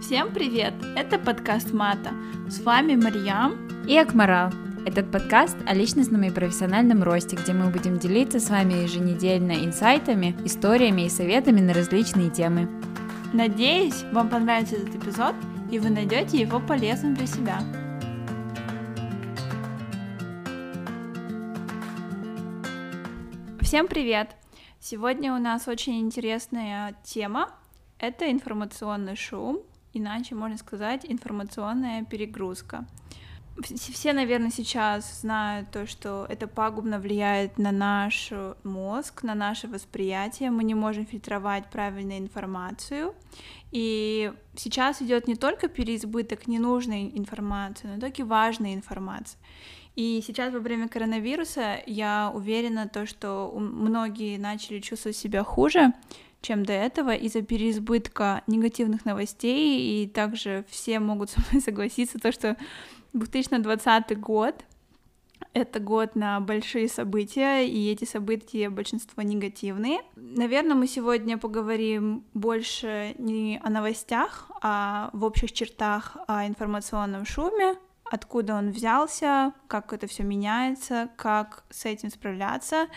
Всем привет! Это подкаст Мата. С вами Марьям и Акмарал. Этот подкаст о личностном и профессиональном росте, где мы будем делиться с вами еженедельно инсайтами, историями и советами на различные темы. Надеюсь, вам понравится этот эпизод, и вы найдете его полезным для себя. Всем привет! Сегодня у нас очень интересная тема. Это информационный шум, иначе можно сказать информационная перегрузка. Все, наверное, сейчас знают то, что это пагубно влияет на наш мозг, на наше восприятие. Мы не можем фильтровать правильную информацию. И сейчас идет не только переизбыток ненужной информации, но и важной информации. И сейчас во время коронавируса я уверена, что многие начали чувствовать себя хуже, чем до этого, из-за переизбытка негативных новостей, и также все могут со мной согласиться, что 2020 год — это год на большие события, и эти события большинство негативные. Наверное, мы сегодня поговорим больше не о новостях, а в общих чертах о информационном шуме, откуда он взялся, как это все меняется, как с этим справляться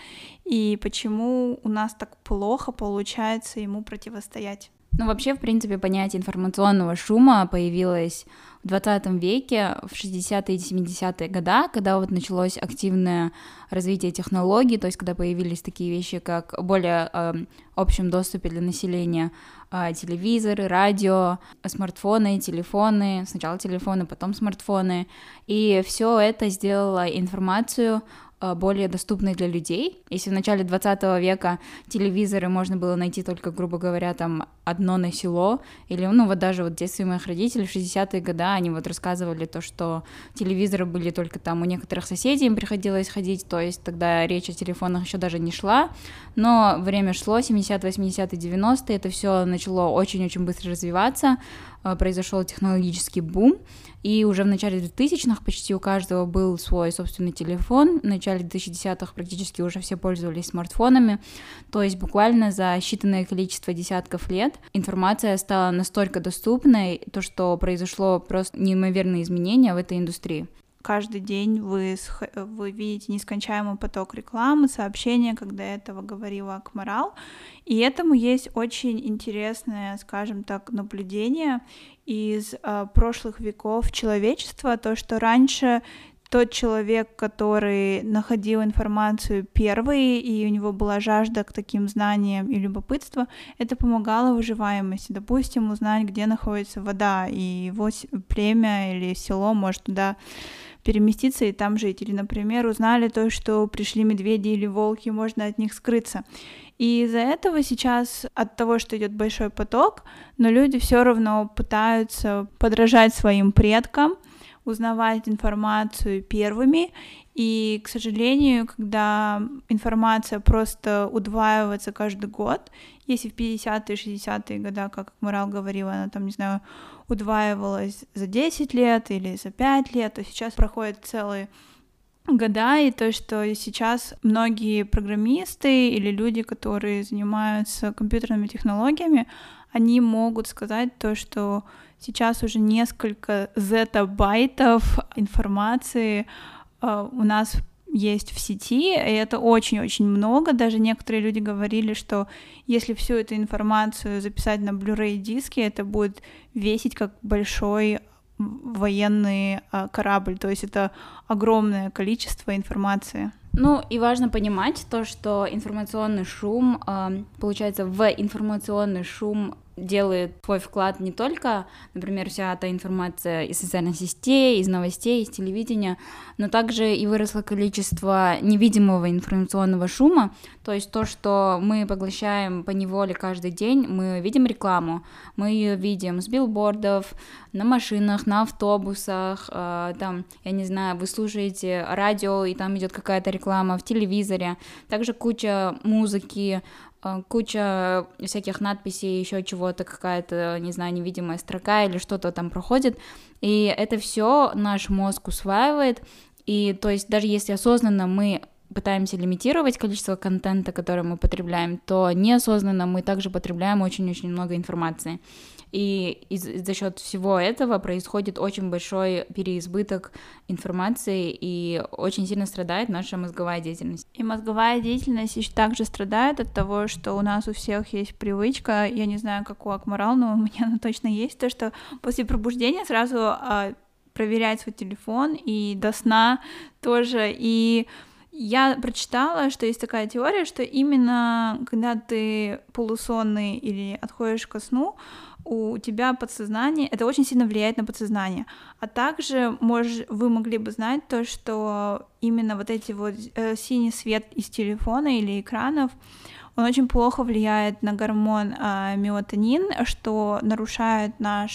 и почему у нас так плохо получается ему противостоять. Вообще, в принципе, понятие информационного шума появилось в 20 веке, в 60-е и 70-е годы, когда началось активное развитие технологий, то есть когда появились такие вещи, как более общем доступе для населения телевизоры, радио, смартфоны, телефоны, сначала телефоны, потом смартфоны, и все это сделало информацию более доступной для людей. Если в начале 20 века телевизоры можно было найти только, грубо говоря, одно на село, или, даже в детстве моих родителей в 60-е годы они рассказывали что телевизоры были только у некоторых соседей, им приходилось ходить, то есть тогда речь о телефонах еще даже не шла, но время шло, 70-е, 80-е, 90-е, это все начало очень-очень быстро развиваться, произошел технологический бум, и уже в начале 2000-х почти у каждого был свой собственный телефон, в начале 2010-х практически уже все пользовались смартфонами, то есть буквально за считанное количество десятков лет информация стала настолько доступной, что произошло просто неимоверные изменения в этой индустрии. Каждый день вы видите нескончаемый поток рекламы, сообщения, когда этого говорила Акмарал, и этому есть очень интересное, скажем так, наблюдение из прошлых веков человечества, то, что раньше тот человек, который находил информацию первый, и у него была жажда к таким знаниям и любопытство, это помогало выживаемости. Допустим, узнать, где находится вода, и его племя или село может туда переместиться и там жить. Или, например, узнали то, что пришли медведи или волки, можно от них скрыться. И из-за этого сейчас, от того, что идет большой поток, но люди все равно пытаются подражать своим предкам, узнавать информацию первыми, и, к сожалению, когда информация просто удваивается каждый год, если в 50-е, 60-е годы, как Акмарал говорила, она удваивалась за 10 лет или за 5 лет, то сейчас проходят целые года, и то, что сейчас многие программисты или люди, которые занимаются компьютерными технологиями, они могут сказать то, что сейчас уже несколько зеттабайтов информации у нас есть в сети, и это очень-очень много. Даже некоторые люди говорили, что если всю эту информацию записать на Blu-ray диске, это будет весить как большой военный корабль, то есть это огромное количество информации. И важно понимать то, что информационный шум, получается, в информационный шум делает свой вклад не только, например, вся эта информация из социальных сетей, из новостей, из телевидения, но также и выросло количество невидимого информационного шума, то есть то, что мы поглощаем поневоле каждый день, мы видим рекламу, мы ее видим с билбордов, на машинах, на автобусах, вы слушаете радио, и там идет какая-то реклама в телевизоре, также куча музыки, куча всяких надписей, еще чего-то, какая-то, невидимая строка или что-то там проходит, и это все наш мозг усваивает, и то есть даже если осознанно мы пытаемся лимитировать количество контента, который мы потребляем, то неосознанно мы также потребляем очень-очень много информации. И за счет всего этого происходит очень большой переизбыток информации, и очень сильно страдает наша мозговая деятельность. И мозговая деятельность еще также страдает от того, что у нас у всех есть привычка, я не знаю, как у Акмарал, но у меня она точно есть, то, что после пробуждения сразу проверять свой телефон, и до сна тоже, и я прочитала, что есть такая теория, что именно когда ты полусонный или отходишь ко сну, у тебя подсознание, это очень сильно влияет на подсознание. А также вы могли бы знать то, что именно вот эти вот синий свет из телефона или экранов, он очень плохо влияет на гормон мелатонин, что нарушает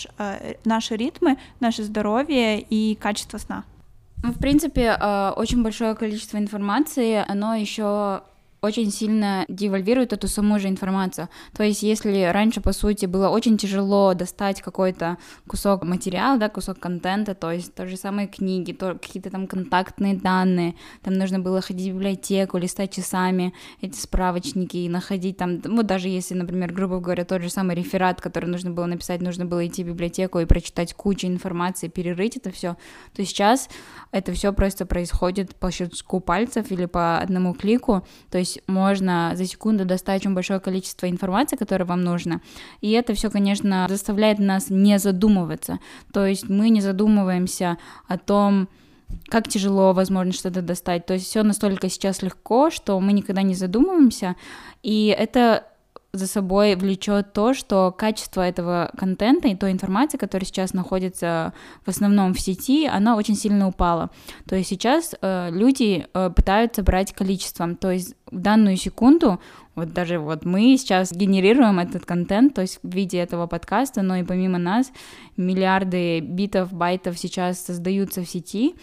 наши ритмы, наше здоровье и качество сна. В принципе, очень большое количество информации, оно еще очень сильно девальвирует эту саму же информацию. То есть, если раньше, по сути, было очень тяжело достать какой-то кусок материала, да, кусок контента, то есть то же самые книги, какие-то там контактные данные, там нужно было ходить в библиотеку, листать часами эти справочники и находить там, вот даже если, например, грубо говоря, тот же самый реферат, который нужно было написать, нужно было идти в библиотеку и прочитать кучу информации, перерыть это все, то сейчас это все просто происходит по щелчку пальцев или по одному клику, то есть можно за секунду достать очень большое количество информации, которая вам нужна, и это все, конечно, заставляет нас не задумываться, то есть мы не задумываемся о том, как тяжело, возможно, что-то достать, то есть все настолько сейчас легко, что мы никогда не задумываемся, и это за собой влечет то, что качество этого контента и той информации, которая сейчас находится в основном в сети, она очень сильно упала. То есть сейчас люди пытаются брать количеством, то есть в данную секунду, вот даже вот мы сейчас генерируем этот контент, то есть в виде этого подкаста, но и помимо нас миллиарды битов, байтов сейчас создаются в сети,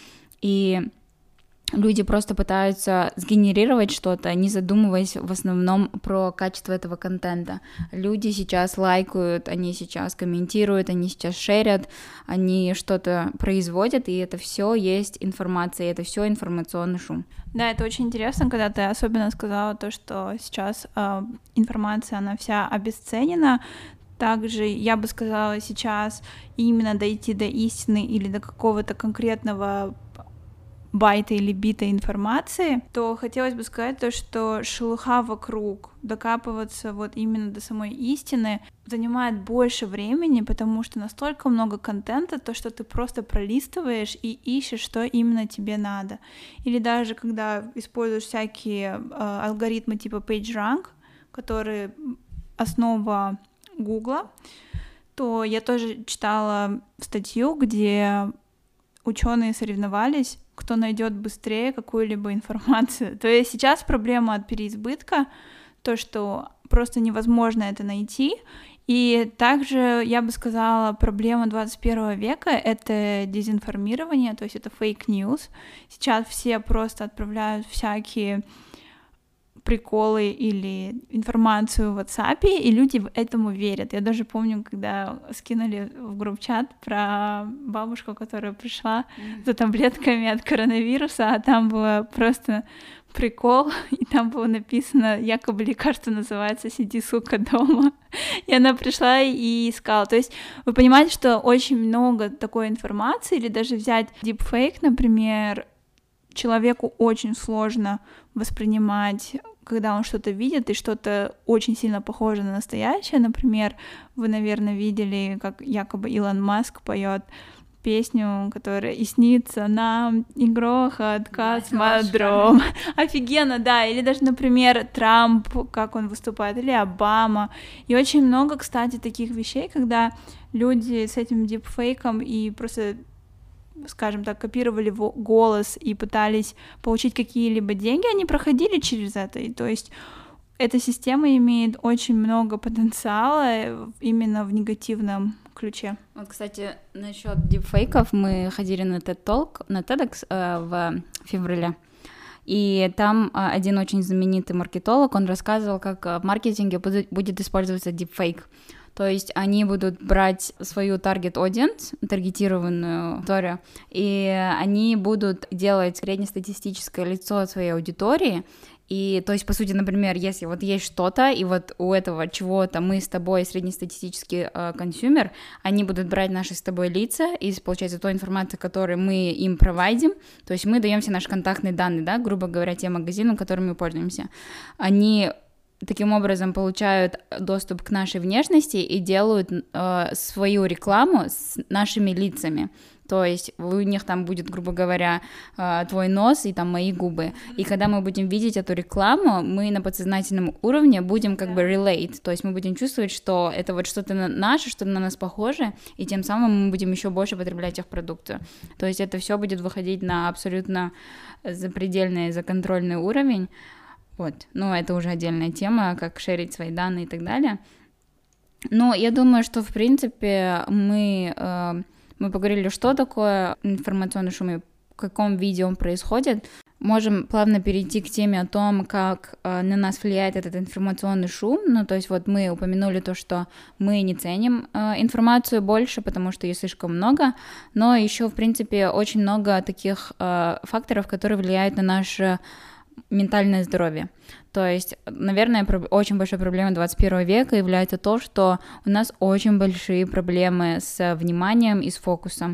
и люди просто пытаются сгенерировать что-то, не задумываясь в основном про качество этого контента. Люди сейчас лайкают, они сейчас комментируют, они сейчас шерят, они что-то производят, и это все есть информация, это все информационный шум. Да, это очень интересно, когда ты особенно сказала то, что сейчас информация, она вся обесценена. Также я бы сказала сейчас именно дойти до истины или до какого-то конкретного байта или бита информации, то хотелось бы сказать то, что шелуха вокруг, докапываться вот именно до самой истины занимает больше времени, потому что настолько много контента, то, что ты просто пролистываешь и ищешь, что именно тебе надо. Или даже когда используешь всякие алгоритмы типа PageRank, которые основа Гугла, то я тоже читала статью, где ученые соревновались, кто найдет быстрее какую-либо информацию. То есть сейчас проблема от переизбытка, то, что просто невозможно это найти. И также, я бы сказала, проблема 21 века — это дезинформирование, то есть это fake news. Сейчас все просто отправляют всякие приколы или информацию в WhatsApp, и люди этому верят. Я даже помню, когда скинули в групп-чат про бабушку, которая пришла за таблетками от коронавируса, а там было просто прикол, и там было написано, якобы лекарство называется «Сиди, сука, дома». И она пришла и искала. То есть вы понимаете, что очень много такой информации, или даже взять deepfake, например, человеку очень сложно воспринимать, когда он что-то видит, и что-то очень сильно похоже на настоящее. Например, вы, наверное, видели, как якобы Илон Маск поет песню, которая «И снится нам, и грохот, космодром». Офигенно, да. Или даже, например, Трамп, как он выступает, или Обама. И очень много, кстати, таких вещей, когда люди с этим дипфейком и просто, скажем так, копировали голос и пытались получить какие-либо деньги, они проходили через это. И то есть эта система имеет очень много потенциала именно в негативном ключе. Вот, кстати, насчет дипфейков, мы ходили на TED Talk, на TEDx в феврале, и там один очень знаменитый маркетолог, он рассказывал, как в маркетинге будет использоваться дипфейк. То есть они будут брать свою target audience, таргетированную аудиторию, и они будут делать среднестатистическое лицо своей аудитории. И, то есть, по сути, например, если вот есть что-то, и вот у этого чего-то мы с тобой среднестатистический консюмер, они будут брать наши с тобой лица из, получается, той информации, которую мы им провайдим, то есть мы даем все наши контактные данные, да, грубо говоря, тем магазинам, которыми мы пользуемся. Они таким образом получают доступ к нашей внешности и делают свою рекламу с нашими лицами. То есть у них там будет, грубо говоря, твой нос и там мои губы. И когда мы будем видеть эту рекламу, мы на подсознательном уровне будем как бы relate, то есть мы будем чувствовать, что это вот что-то наше, что-то на нас похоже, и тем самым мы будем еще больше потреблять их продукцию. То есть это все будет выходить на абсолютно запредельный, законтрольный уровень. Вот, ну это уже отдельная тема, как шерить свои данные и так далее. Но я думаю, что в принципе мы поговорили, что такое информационный шум и в каком виде он происходит. Можем плавно перейти к теме о том, как на нас влияет этот информационный шум. Ну, то есть вот мы упомянули то, что мы не ценим информацию больше, потому что ее слишком много, но еще, в принципе, очень много таких факторов, которые влияют на наше ментальное здоровье. То есть, наверное, очень большой проблемой 21 века является то, что у нас очень большие проблемы с вниманием и с фокусом.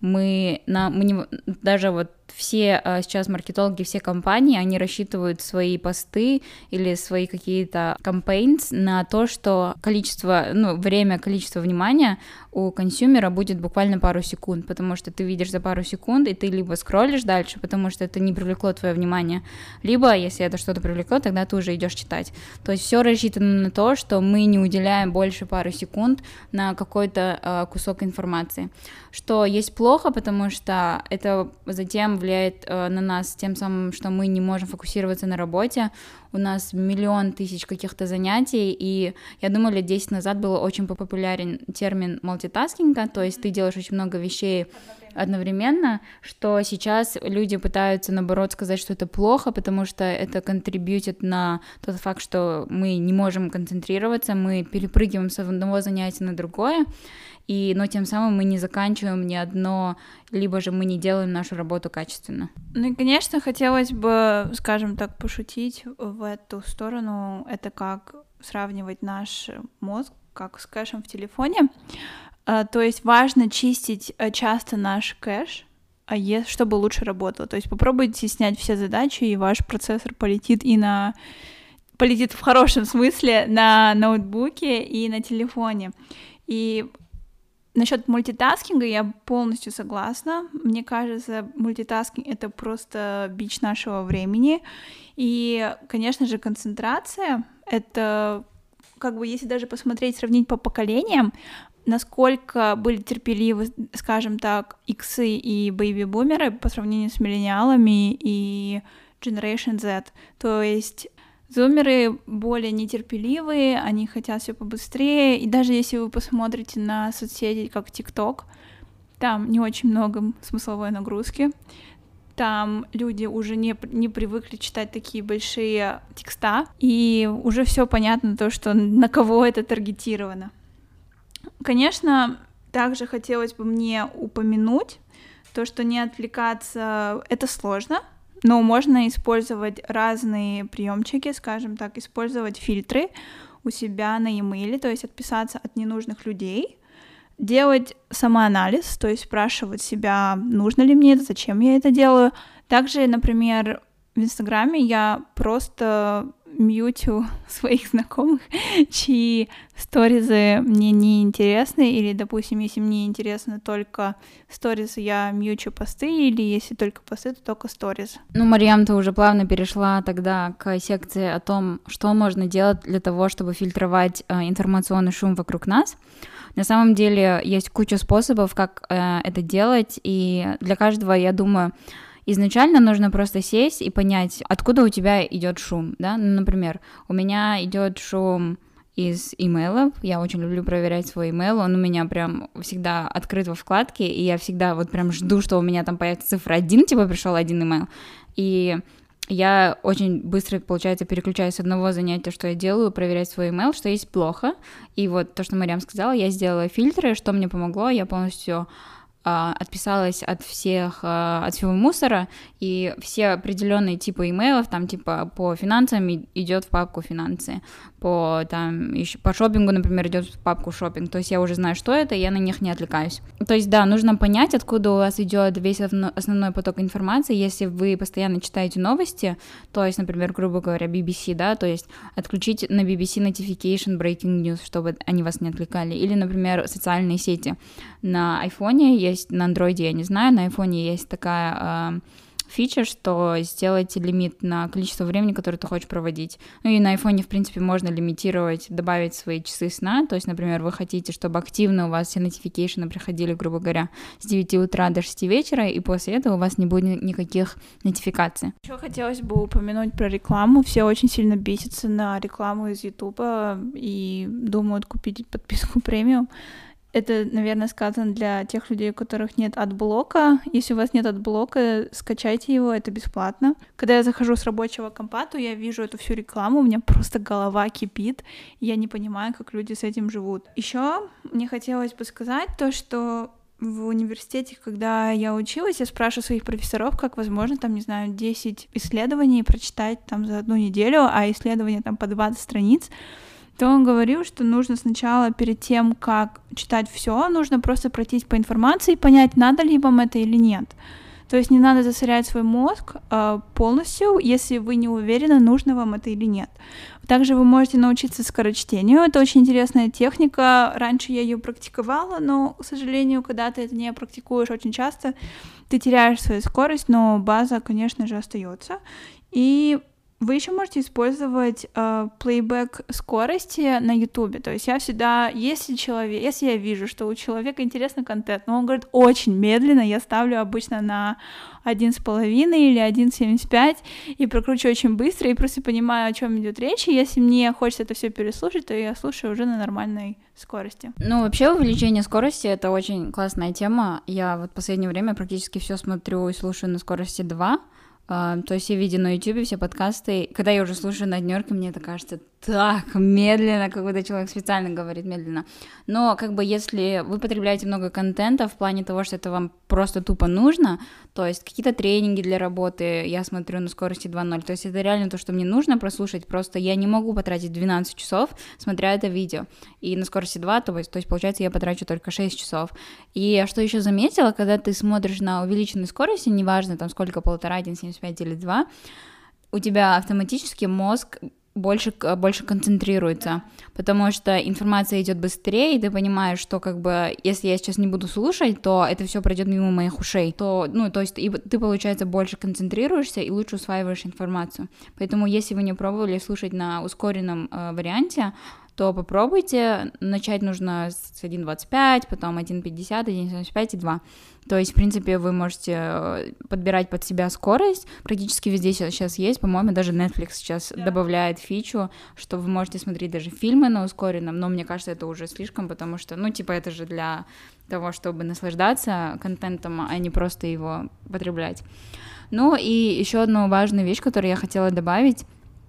Даже вот все сейчас маркетологи, все компании, они рассчитывают свои посты или свои какие-то campaigns на то, что количество внимания у консюмера будет буквально пару секунд, потому что ты видишь за пару секунд, и ты либо скроллишь дальше, потому что это не привлекло твое внимание, либо, если это что-то привлекло, тогда ты уже идешь читать. То есть все рассчитано на то, что мы не уделяем больше пары секунд на какой-то кусок информации, что есть плохо, потому что это затем влияет на нас тем самым, что мы не можем фокусироваться на работе, у нас миллион тысяч каких-то занятий, и я думаю, лет 10 назад был очень популярен термин мультитаскинга, то есть ты делаешь очень много вещей одновременно, что сейчас люди пытаются, наоборот, сказать, что это плохо, потому что это контрибьютит на тот факт, что мы не можем концентрироваться, мы перепрыгиваем с одного занятия на другое, но тем самым мы не заканчиваем ни одно, либо же мы не делаем нашу работу качественно. Ну и, конечно, хотелось бы, скажем так, пошутить в эту сторону. Это как сравнивать наш мозг, как с кэшем в телефоне. То есть важно чистить часто наш кэш, чтобы лучше работало. То есть попробуйте снять все задачи, и ваш процессор полетит в хорошем смысле на ноутбуке и на телефоне. И насчет мультитаскинга я полностью согласна. Мне кажется, мультитаскинг — это просто бич нашего времени. И, конечно же, концентрация — это, как бы, если даже посмотреть, сравнить по поколениям, насколько были терпеливы, скажем так, иксы и бэйби-бумеры по сравнению с миллениалами и Generation Z. То есть зумеры более нетерпеливые, они хотят все побыстрее, и даже если вы посмотрите на соцсети, как TikTok, там не очень много смысловой нагрузки, там люди уже не привыкли читать такие большие текста, и уже все понятно то, что на кого это таргетировано. Конечно, также хотелось бы мне упомянуть то, что не отвлекаться — это сложно, но можно использовать разные приемчики, скажем так, использовать фильтры у себя на e-mail, то есть отписаться от ненужных людей, делать самоанализ, то есть спрашивать себя, нужно ли мне это, зачем я это делаю. Также, например, в Инстаграме я просто мьютю своих знакомых, чьи сторизы мне не интересны, или, допустим, если мне интересны только сторизы, я мьючу посты, или если только посты, то только сторизы. Ну, Марьям, ты уже плавно перешла тогда к секции о том, что можно делать для того, чтобы фильтровать информационный шум вокруг нас. На самом деле есть куча способов, как это делать, и для каждого, я думаю, изначально нужно просто сесть и понять, откуда у тебя идет шум, да, ну, например, у меня идет шум из имейлов, я очень люблю проверять свой имейл, он у меня прям всегда открыт во вкладке, и я всегда вот прям жду, что у меня там появится цифра 1, типа пришел один имейл, и я очень быстро, получается, переключаюсь с одного занятия, что я делаю, проверять свой email, что есть плохо. И вот то, что Марьям сказала, я сделала фильтры, что мне помогло, я полностью отписалась от всего мусора, и все определенные типы имейлов, там типа по финансам идет в папку финансы, по шопингу, например, идет в папку шопинг, то есть я уже знаю, что это, и я на них не отвлекаюсь. То есть, да, нужно понять, откуда у вас идет весь основной поток информации. Если вы постоянно читаете новости, то есть, например, грубо говоря, BBC, да, то есть отключить на BBC notification breaking news, чтобы они вас не отвлекали, или, например, социальные сети. На айфоне есть, на андроиде я не знаю, на айфоне есть такая фича, что сделать лимит на количество времени, которое ты хочешь проводить. Ну и на айфоне, в принципе, можно лимитировать, добавить свои часы сна, то есть, например, вы хотите, чтобы активно у вас все notification приходили, грубо говоря, с 9 утра до 6 вечера, и после этого у вас не будет никаких нотификаций. Еще хотелось бы упомянуть про рекламу. Все очень сильно бесятся на рекламу из Ютуба и думают купить подписку премиум. Это, наверное, сказано для тех людей, у которых нет адблока. Если у вас нет адблока, скачайте его, это бесплатно. Когда я захожу с рабочего компа, то я вижу эту всю рекламу, у меня просто голова кипит, и я не понимаю, как люди с этим живут. Еще мне хотелось бы сказать то, что в университете, когда я училась, я спрашиваю своих профессоров, как возможно, там, не знаю, 10 исследований прочитать там за одну неделю, а исследования там по 20 страниц, то он говорил, что нужно сначала, перед тем, как читать все, нужно просто пройтись по информации и понять, надо ли вам это или нет. То есть не надо засорять свой мозг полностью, если вы не уверены, нужно вам это или нет. Также вы можете научиться скорочтению. Это очень интересная техника. Раньше я ее практиковала, но, к сожалению, когда ты это не практикуешь очень часто, ты теряешь свою скорость, но база, конечно же, остается. И вы еще можете использовать плейбэк скорости на YouTube. То есть я всегда, если я вижу, что у человека интересный контент, но он говорит очень медленно, я ставлю обычно на 1,5 или 1,75 и прокручиваю очень быстро, и просто понимаю, о чем идет речь. И если мне хочется это все переслушать, то я слушаю уже на нормальной скорости. Ну, вообще, увеличение скорости — это очень классная тема. Я вот в последнее время практически все смотрю и слушаю на скорости 2. То есть я видела на YouTube все подкасты, когда я уже слушаю на однёрке, мне это кажется так медленно, как будто человек специально говорит медленно. Но как бы если вы потребляете много контента в плане того, что это вам просто тупо нужно, то есть какие-то тренинги для работы я смотрю на скорости 2.0, то есть это реально то, что мне нужно прослушать, просто я не могу потратить 12 часов, смотря это видео. И на скорости 2, то есть получается, я потрачу только 6 часов. И что еще заметила, когда ты смотришь на увеличенной скорости, неважно там сколько, 1,5, 1,75 или 2, у тебя автоматически мозг больше концентрируется, потому что информация идет быстрее, и ты понимаешь, что как бы если я сейчас не буду слушать, то это все пройдет мимо моих ушей, то есть и ты, получается, больше концентрируешься и лучше усваиваешь информацию. Поэтому если вы не пробовали слушать на ускоренном варианте, то попробуйте. Начать нужно с 1.25, потом 1.50, 1.75 и 2. То есть, в принципе, вы можете подбирать под себя скорость. Практически везде сейчас есть, по-моему, даже Netflix сейчас добавляет фичу, что вы можете смотреть даже фильмы на ускоренном, но мне кажется, это уже слишком, потому что, это же для того, чтобы наслаждаться контентом, а не просто его потреблять. Ну и еще одну важную вещь, которую я хотела добавить,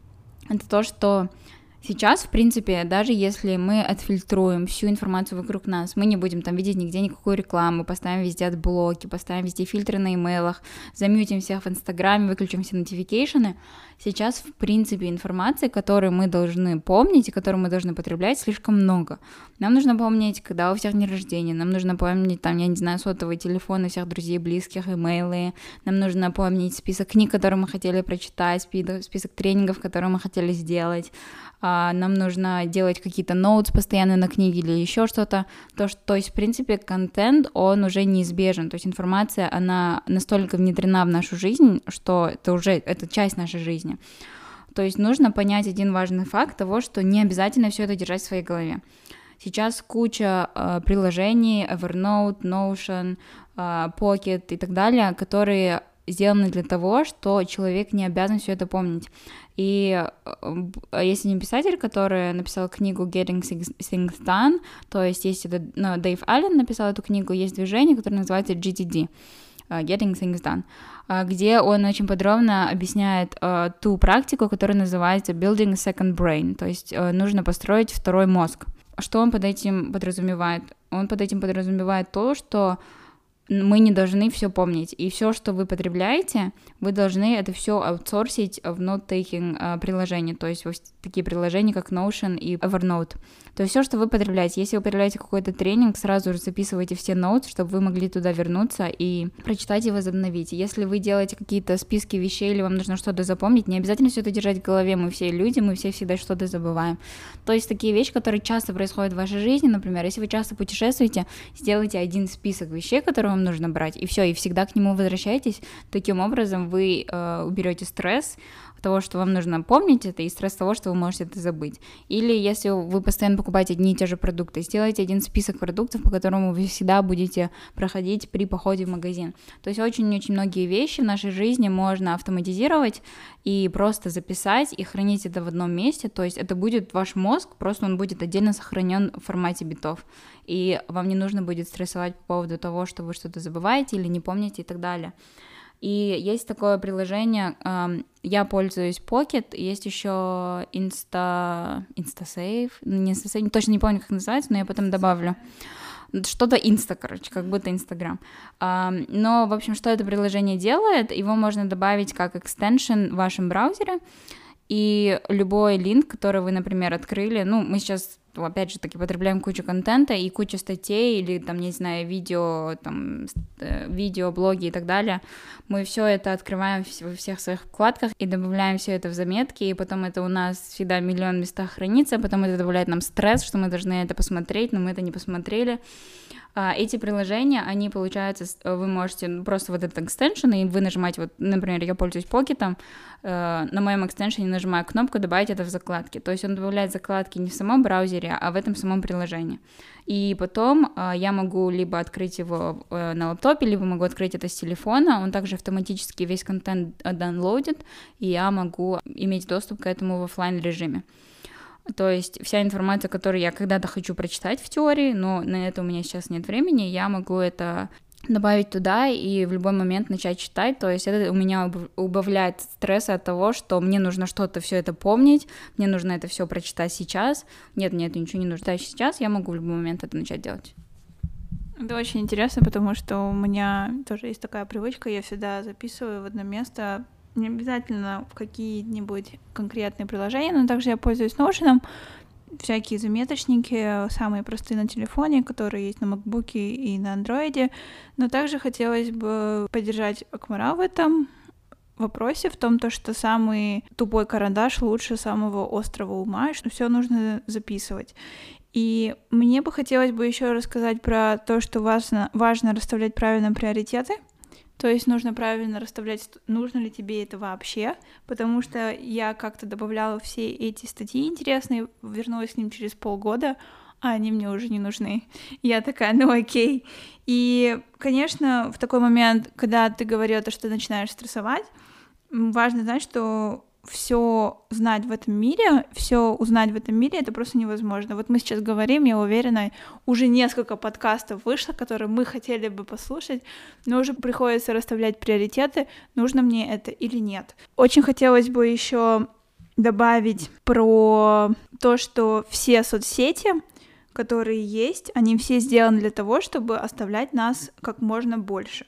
это то, что сейчас, в принципе, даже если мы отфильтруем всю информацию вокруг нас, мы не будем там видеть нигде никакую рекламу, поставим везде отблоки, поставим везде фильтры на имейлах, замьютим всех в Инстаграме, выключим все нотификейшены, сейчас, в принципе, информации, которую мы должны помнить и которую мы должны потреблять, слишком много. Нам нужно помнить, когда у всех день рождения, нам нужно помнить, там, я не знаю, сотовые телефоны всех друзей, близких, имейлы, нам нужно помнить список книг, которые мы хотели прочитать, список тренингов, которые мы хотели сделать, нам нужно делать какие-то ноутс постоянно на книге или еще что-то, то есть, в принципе, контент, он уже неизбежен, то есть информация, она настолько внедрена в нашу жизнь, что это часть нашей жизни. То есть нужно понять один важный факт того, что не обязательно все это держать в своей голове. Сейчас куча приложений, Evernote, Notion, Pocket и так далее, которые сделаны для того, что человек не обязан все это помнить. И есть один писатель, который написал книгу Getting Things Done, то есть Дэйв Аллен написал эту книгу, есть движение, которое называется GTD. Getting Things Done, где он очень подробно объясняет ту практику, которая называется Building a Second Brain, то есть нужно построить второй мозг. Что он под этим подразумевает? Он под этим подразумевает то, что мы не должны все помнить, и все, что вы потребляете, вы должны это все аутсорсить в note-taking приложения, то есть такие приложения, как Notion и Evernote. То есть все, что вы потребляете, если вы потребляете какой-то тренинг, сразу же записывайте все ноты, чтобы вы могли туда вернуться и прочитать и возобновить. Если вы делаете какие-то списки вещей или вам нужно что-то запомнить, не обязательно все это держать в голове, мы все люди, мы все всегда что-то забываем. То есть такие вещи, которые часто происходят в вашей жизни, например, если вы часто путешествуете, сделайте один список вещей, которые вам нужно брать, и все, и всегда к нему возвращайтесь. Таким образом вы уберете стресс того, что вам нужно помнить это, и стресс того, что вы можете это забыть. Или если вы постоянно покупаете одни и те же продукты, сделайте один список продуктов, по которому вы всегда будете проходить при походе в магазин. То есть очень-очень многие вещи в нашей жизни можно автоматизировать и просто записать и хранить это в одном месте, то есть это будет ваш мозг, просто он будет отдельно сохранен в формате битов, и вам не нужно будет стрессовать по поводу того, что вы что-то забываете или не помните и так далее. И есть такое приложение, я пользуюсь Pocket, есть еще InstaSave, точно не помню, как называется, но я потом добавлю. Что-то Инста, короче, как будто Инстаграм. Но, в общем, что это приложение делает, его можно добавить как экстеншн в вашем браузере, и любой линк, который вы, например, открыли, мы сейчас, опять же таки, потребляем кучу контента и кучу статей или, там, не знаю, видео, блоги и так далее, мы все это открываем во всех своих вкладках и добавляем все это в заметки, и потом это у нас всегда в миллион местах хранится, потом это добавляет нам стресс, что мы должны это посмотреть, но мы это не посмотрели. Эти приложения, они, получается, вы можете просто вот этот экстеншн, и вы нажимаете, например, я пользуюсь Pocket'ом, на моем экстеншене нажимаю кнопку «Добавить это в закладки», то есть он добавляет закладки не в самом браузере, а в этом самом приложении. И потом я могу либо открыть его на лаптопе, либо могу открыть это с телефона, он также автоматически весь контент даунлоудит, и я могу иметь доступ к этому в офлайн режиме. То есть вся информация, которую я когда-то хочу прочитать в теории, но на это у меня сейчас нет времени, я могу это добавить туда и в любой момент начать читать, то есть это у меня убавляет стресса от того, что мне нужно что-то все это помнить, мне нужно это все прочитать сейчас, нет, ничего не нужно читать сейчас, я могу в любой момент это начать делать. Это очень интересно, потому что у меня тоже есть такая привычка, я всегда записываю в одно место, не обязательно в какие-нибудь конкретные приложения, но также я пользуюсь Notion, всякие заметочники, самые простые на телефоне, которые есть на MacBook и на Android, но также хотелось бы поддержать Акмара в этом вопросе, в том, что самый тупой карандаш лучше самого острого ума, и что все нужно записывать. И мне бы хотелось бы еще рассказать про то, что важно расставлять правильно приоритеты. То есть нужно правильно расставлять, нужно ли тебе это вообще, потому что я как-то добавляла все эти статьи интересные, вернулась к ним через полгода, а они мне уже не нужны. Я такая, окей. И, конечно, в такой момент, когда ты говорила, что ты начинаешь стрессовать, важно знать, что все знать в этом мире, все узнать в этом мире, это просто невозможно. Вот мы сейчас говорим, я уверена, уже несколько подкастов вышло, которые мы хотели бы послушать, но уже приходится расставлять приоритеты, нужно мне это или нет. Очень хотелось бы еще добавить про то, что все соцсети, которые есть, они все сделаны для того, чтобы оставлять нас как можно больше.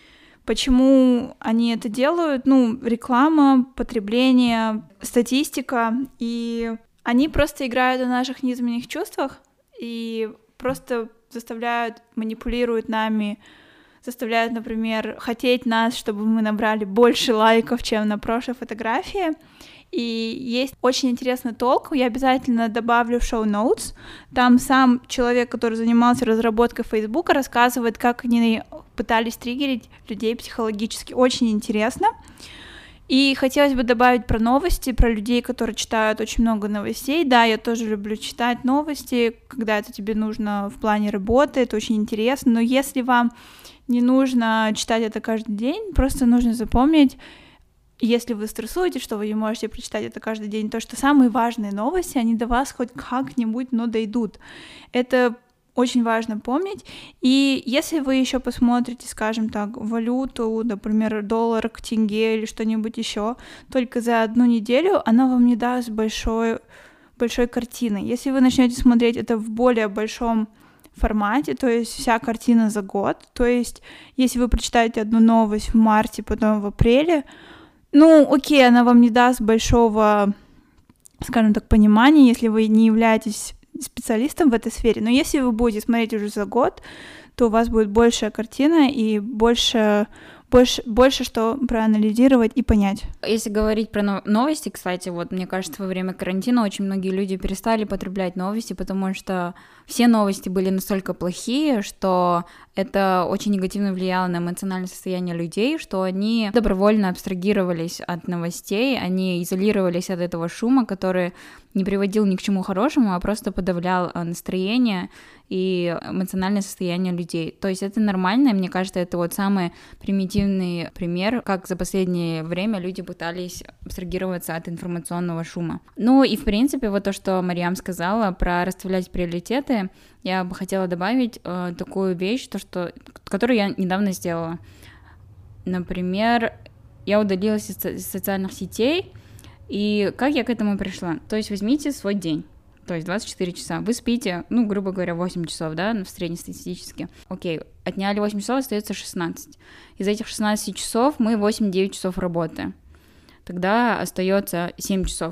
Почему они это делают? Реклама, потребление, статистика, и они просто играют на наших низменных чувствах и просто манипулируют нами, заставляют, например, хотеть нас, чтобы мы набрали больше лайков, чем на прошлой фотографии. И есть очень интересный толк, я обязательно добавлю в шоу-ноутс. Там сам человек, который занимался разработкой Фейсбука, рассказывает, как они пытались триггерить людей психологически. Очень интересно. И хотелось бы добавить про новости, про людей, которые читают очень много новостей. Да, я тоже люблю читать новости, когда это тебе нужно в плане работы, это очень интересно. Но если вам не нужно читать это каждый день, просто нужно запомнить, если вы стрессуете, что вы не можете прочитать это каждый день, то, что самые важные новости, они до вас хоть как-нибудь, но дойдут. Это очень важно помнить. И если вы еще посмотрите, скажем так, валюту, например, доллар к тенге или что-нибудь еще, только за одну неделю она вам не даст большой картины. Если вы начнете смотреть это в более большом формате, то есть вся картина за год, то есть если вы прочитаете одну новость в марте, потом в апреле, ну, окей, она вам не даст большого, скажем так, понимания, если вы не являетесь специалистом в этой сфере, но если вы будете смотреть уже за год, то у вас будет большая картина и больше что проанализировать и понять. Если говорить про новости, кстати, вот мне кажется, во время карантина очень многие люди перестали потреблять новости, потому что все новости были настолько плохие, что это очень негативно влияло на эмоциональное состояние людей, что они добровольно абстрагировались от новостей, они изолировались от этого шума, который не приводил ни к чему хорошему, а просто подавлял настроение и эмоциональное состояние людей. То есть это нормально, и мне кажется, это вот самый примитивный пример, как за последнее время люди пытались абстрагироваться от информационного шума. Ну и, в принципе, вот то, что Марьям сказала про расставлять приоритеты, я бы хотела добавить такую вещь, которую я недавно сделала. Например, я удалилась из социальных сетей, и как я к этому пришла? То есть возьмите свой день, то есть 24 часа. Вы спите, ну, грубо говоря, 8 часов, да, в среднестатистически. Окей, отняли 8 часов, остается 16. Из этих 16 часов мы 8-9 часов работаем. Тогда остается 7 часов.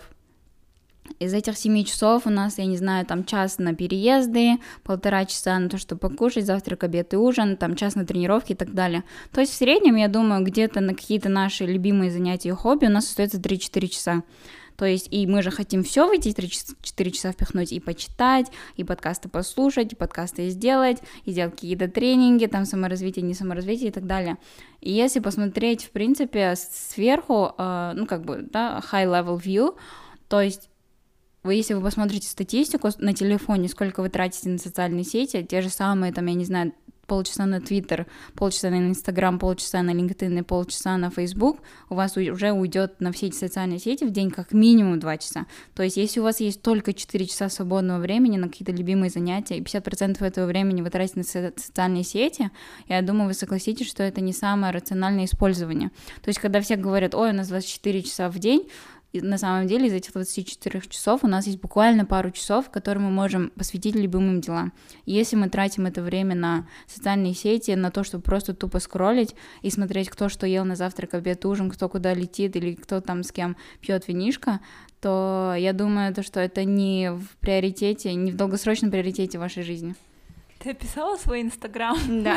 Из этих 7 часов у нас, я не знаю, там час на переезды, 1,5 часа на то, чтобы покушать, завтрак, обед и ужин, там час на тренировки и так далее. То есть в среднем, я думаю, где-то на какие-то наши любимые занятия и хобби у нас остается 3-4 часа. То есть и мы же хотим все в эти 3-4 часа впихнуть, и почитать, и подкасты послушать, и подкасты сделать какие-то тренинги, там саморазвитие, не саморазвитие и так далее. И если посмотреть, в принципе, сверху, ну как бы, да, high-level view, то есть если вы посмотрите статистику на телефоне, сколько вы тратите на социальные сети, те же самые, там, я не знаю, полчаса на Twitter, полчаса на Instagram, полчаса на LinkedIn и полчаса на Facebook, у вас уже уйдет на все эти социальные сети в день как минимум 2 часа. То есть если у вас есть только 4 часа свободного времени на какие-то любимые занятия, и 50% этого времени вы тратите на социальные сети, я думаю, вы согласитесь, что это не самое рациональное использование. То есть когда все говорят, ой, у нас 24 часа в день, и на самом деле из этих 24 часов у нас есть буквально пару часов, которые мы можем посвятить любимым делам. И если мы тратим это время на социальные сети, на то, чтобы просто тупо скроллить и смотреть, кто что ел на завтрак, обед, ужин, кто куда летит или кто там с кем пьет винишко, то я думаю, что это не в приоритете, не в долгосрочном приоритете вашей жизни. Ты описала свой Инстаграм? Да.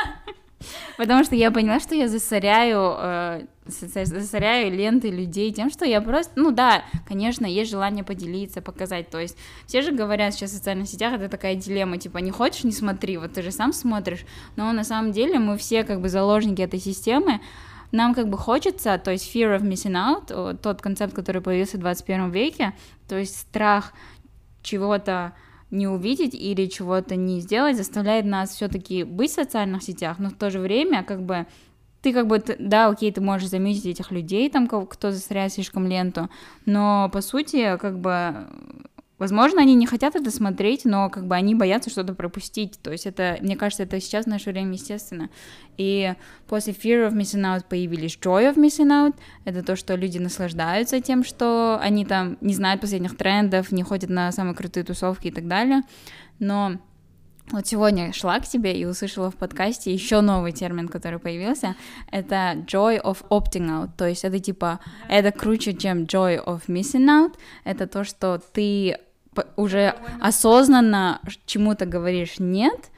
Потому что я поняла, что я засоряю ленты людей тем, что я просто, ну да, конечно, есть желание поделиться, показать, то есть все же говорят сейчас в социальных сетях, это такая дилемма, типа, не хочешь, не смотри, вот ты же сам смотришь, но на самом деле мы все как бы заложники этой системы, нам как бы хочется, то есть fear of missing out, тот концепт, который появился в 21 веке, то есть страх чего-то не увидеть или чего-то не сделать, заставляет нас все-таки быть в социальных сетях, но в то же время как бы ты да, окей, ты можешь заметить этих людей, там, кто засоряет слишком ленту, но по сути, как бы, возможно, они не хотят это смотреть, но как бы они боятся что-то пропустить, то есть это, мне кажется, это сейчас в наше время естественно. И после fear of missing out появились joy of missing out, это то, что люди наслаждаются тем, что они там не знают последних трендов, не ходят на самые крутые тусовки и так далее, но вот сегодня шла к тебе и услышала в подкасте еще новый термин, который появился, это joy of opting out, то есть это типа, это круче, чем joy of missing out, это то, что ты уже осознанно чему-то говоришь «нет»,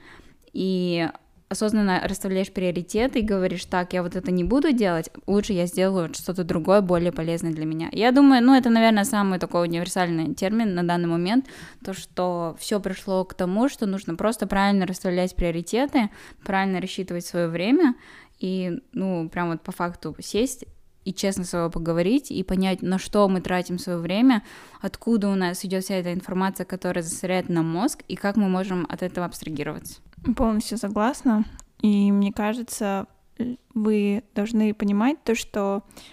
и осознанно расставляешь приоритеты и говоришь, так, я вот это не буду делать, лучше я сделаю что-то другое, более полезное для меня. Я думаю, ну, это, наверное, самый такой универсальный термин на данный момент, то, что все пришло к тому, что нужно просто правильно расставлять приоритеты, правильно рассчитывать свое время и, ну, прям вот по факту сесть и честно с собой поговорить, и понять, на что мы тратим свое время, откуда у нас идет вся эта информация, которая засоряет нам мозг, и как мы можем от этого абстрагироваться. Полностью согласна. И мне кажется, вы должны понимать то, что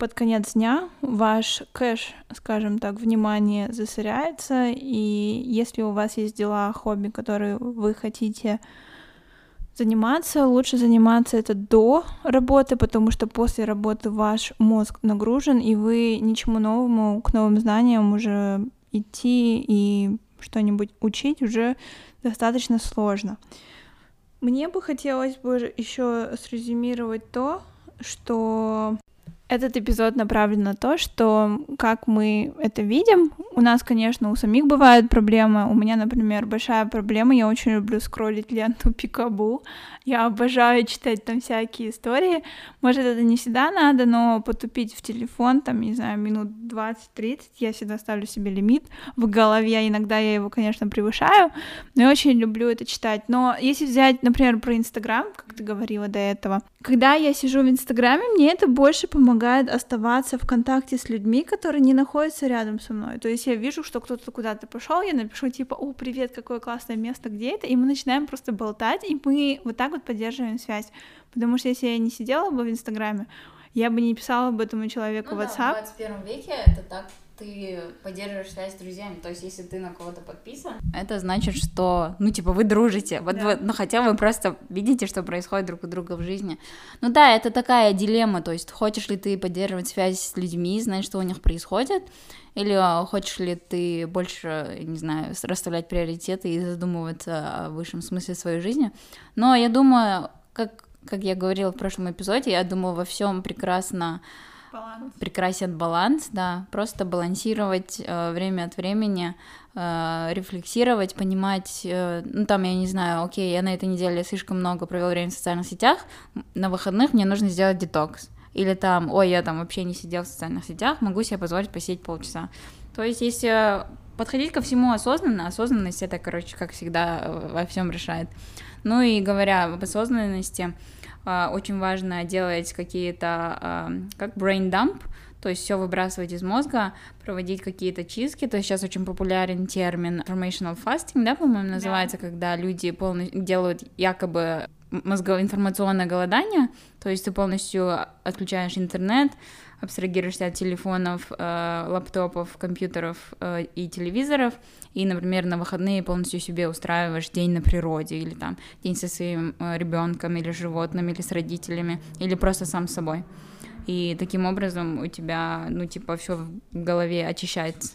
под конец дня ваш кэш, скажем так, внимания засоряется, и если у вас есть дела, хобби, которые вы хотите заниматься, лучше заниматься это до работы, потому что после работы ваш мозг нагружен, и вы ничему новому, к новым знаниям уже идти и что-нибудь учить уже достаточно сложно. Мне бы хотелось бы еще срезюмировать то, что этот эпизод направлен на то, что как мы это видим, у нас, конечно, у самих бывают проблемы. У меня, например, большая проблема, я очень люблю скроллить ленту Пикабу, я обожаю читать там всякие истории. Может, это не всегда надо, но потупить в телефон, там, не знаю, минут 20-30, я всегда ставлю себе лимит в голове, иногда я его, конечно, превышаю, но я очень люблю это читать. Но если взять, например, про Инстаграм, как ты говорила до этого, когда я сижу в Инстаграме, мне это больше помогает оставаться в контакте с людьми, которые не находятся рядом со мной. То есть я вижу, что кто-то куда-то пошел, я напишу типа: «О, привет, какое классное место, где это?» И мы начинаем просто болтать, и мы вот так вот поддерживаем связь. Потому что если я не сидела бы в Инстаграме, я бы не писала бы этому человеку в WhatsApp. В 21 веке это так, ты поддерживаешь связь с друзьями. То есть, если ты на кого-то подписан, это значит, что, вы дружите. Вот, Да. Хотя вы просто видите, что происходит друг у друга в жизни. Это такая дилемма. То есть, хочешь ли ты поддерживать связь с людьми, знать, что у них происходит, или хочешь ли ты больше, не знаю, расставлять приоритеты и задумываться о высшем смысле своей жизни. Но я думаю, как я говорила в прошлом эпизоде, я думаю, во всем прекрасен баланс, да, просто балансировать время от времени, рефлексировать, понимать, я не знаю, окей, я на этой неделе слишком много провел время в социальных сетях, на выходных мне нужно сделать детокс, или я вообще не сидел в социальных сетях, могу себе позволить посидеть полчаса. То есть, если подходить ко всему осознанно, осознанность это, как всегда, во всем решает. И говоря об осознанности, очень важно делать какие-то, как brain dump, то есть все выбрасывать из мозга, проводить какие-то чистки. То есть сейчас очень популярен термин informational fasting, да, по-моему, называется, да. Когда люди полностью делают якобы мозгово-информационное голодание, то есть ты полностью отключаешь интернет, абстрагируешься от телефонов, лаптопов, компьютеров и телевизоров, и, например, на выходные полностью себе устраиваешь день на природе, или день со своим ребенком, или животным, или с родителями, или просто сам с собой. И таким образом у тебя, все в голове очищается.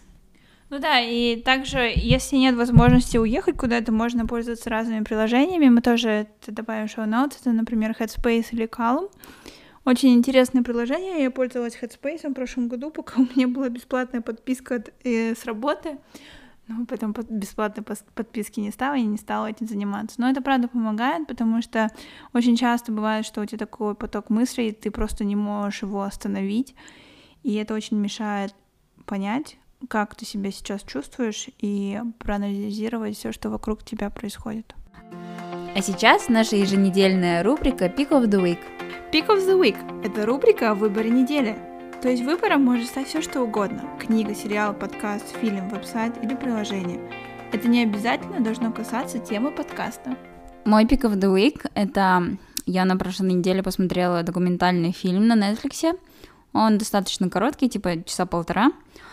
И также, если нет возможности уехать куда-то, можно пользоваться разными приложениями. Мы тоже это добавим в show notes. Это, например, Headspace или Calm. Очень интересное приложение. Я пользовалась Headspace в прошлом году, пока у меня была бесплатная подписка с работы. Но потом бесплатной подписки не стало, и не стала этим заниматься. Но это правда помогает, потому что очень часто бывает, что у тебя такой поток мыслей, и ты просто не можешь его остановить. И это очень мешает понять, как ты себя сейчас чувствуешь, и проанализировать все, что вокруг тебя происходит. А сейчас наша еженедельная рубрика Pick of the Week. Pick of the Week – это рубрика о выборе недели. То есть выбором может стать все что угодно – книга, сериал, подкаст, фильм, веб-сайт или приложение. Это не обязательно должно касаться темы подкаста. Мой Pick of the Week – это я на прошлой неделе посмотрела документальный фильм на Netflix. Он достаточно короткий, часа полтора.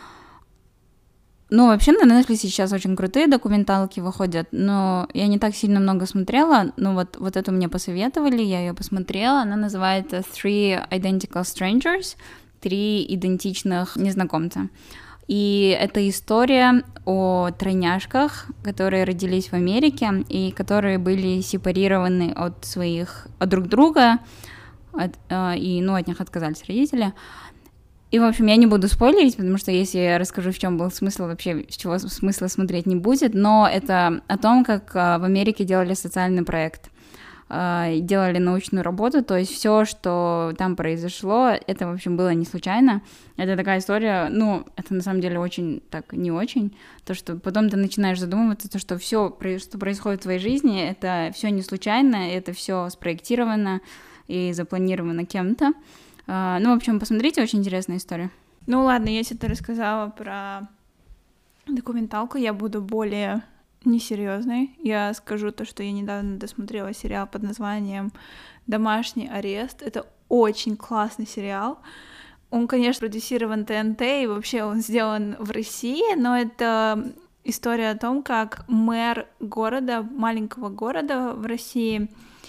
Вообще на Netflix сейчас очень крутые документалки выходят, но я не так сильно много смотрела, но вот эту мне посоветовали, я ее посмотрела, она называется Three Identical Strangers, 3 идентичных незнакомца. И это история о тройняшках, которые родились в Америке и которые были сепарированы от друг друга, и от них отказались родители. И, в общем, я не буду спойлерить, потому что если я расскажу, в чем был смысл, вообще, с чего смысла смотреть не будет, но это о том, как в Америке делали социальный проект, делали научную работу, то есть все, что там произошло, это, в общем, было не случайно. Это такая история, это на самом деле очень так не очень, то, что потом ты начинаешь задумываться, то, что все, что происходит в твоей жизни, это все не случайно, это все спроектировано и запланировано кем-то. В общем, посмотрите, очень интересная история. Ладно, если ты рассказала про документалку, я буду более несерьезной. Я скажу то, что я недавно досмотрела сериал под названием «Домашний арест». Это очень классный сериал. Он, конечно, продюсирован ТНТ, и вообще он сделан в России, но это история о том, как мэр города, маленького города в России,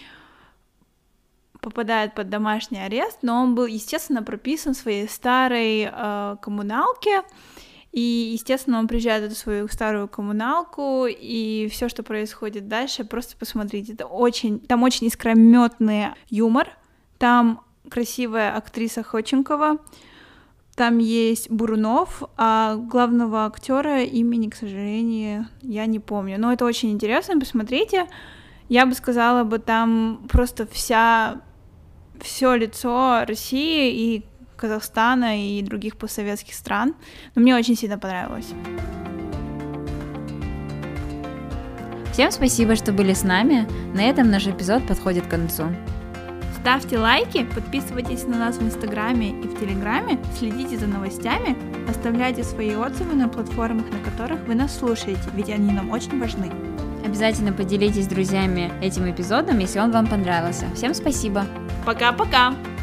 попадает под домашний арест, но он был, естественно, прописан в своей старой коммуналке, и, естественно, он приезжает в эту свою старую коммуналку, и все, что происходит дальше, просто посмотрите, там очень искрометный юмор, там красивая актриса Ходченкова, там есть Бурунов, а главного актера имени, к сожалению, я не помню. Но это очень интересно, посмотрите. Я бы сказала там просто все лицо России и Казахстана и других постсоветских стран. Но мне очень сильно понравилось. Всем спасибо, что были с нами. На этом наш эпизод подходит к концу. Ставьте лайки, подписывайтесь на нас в Инстаграме и в Телеграме, следите за новостями, оставляйте свои отзывы на платформах, на которых вы нас слушаете, ведь они нам очень важны. Обязательно поделитесь с друзьями этим эпизодом, если он вам понравился. Всем спасибо! Пока-пока!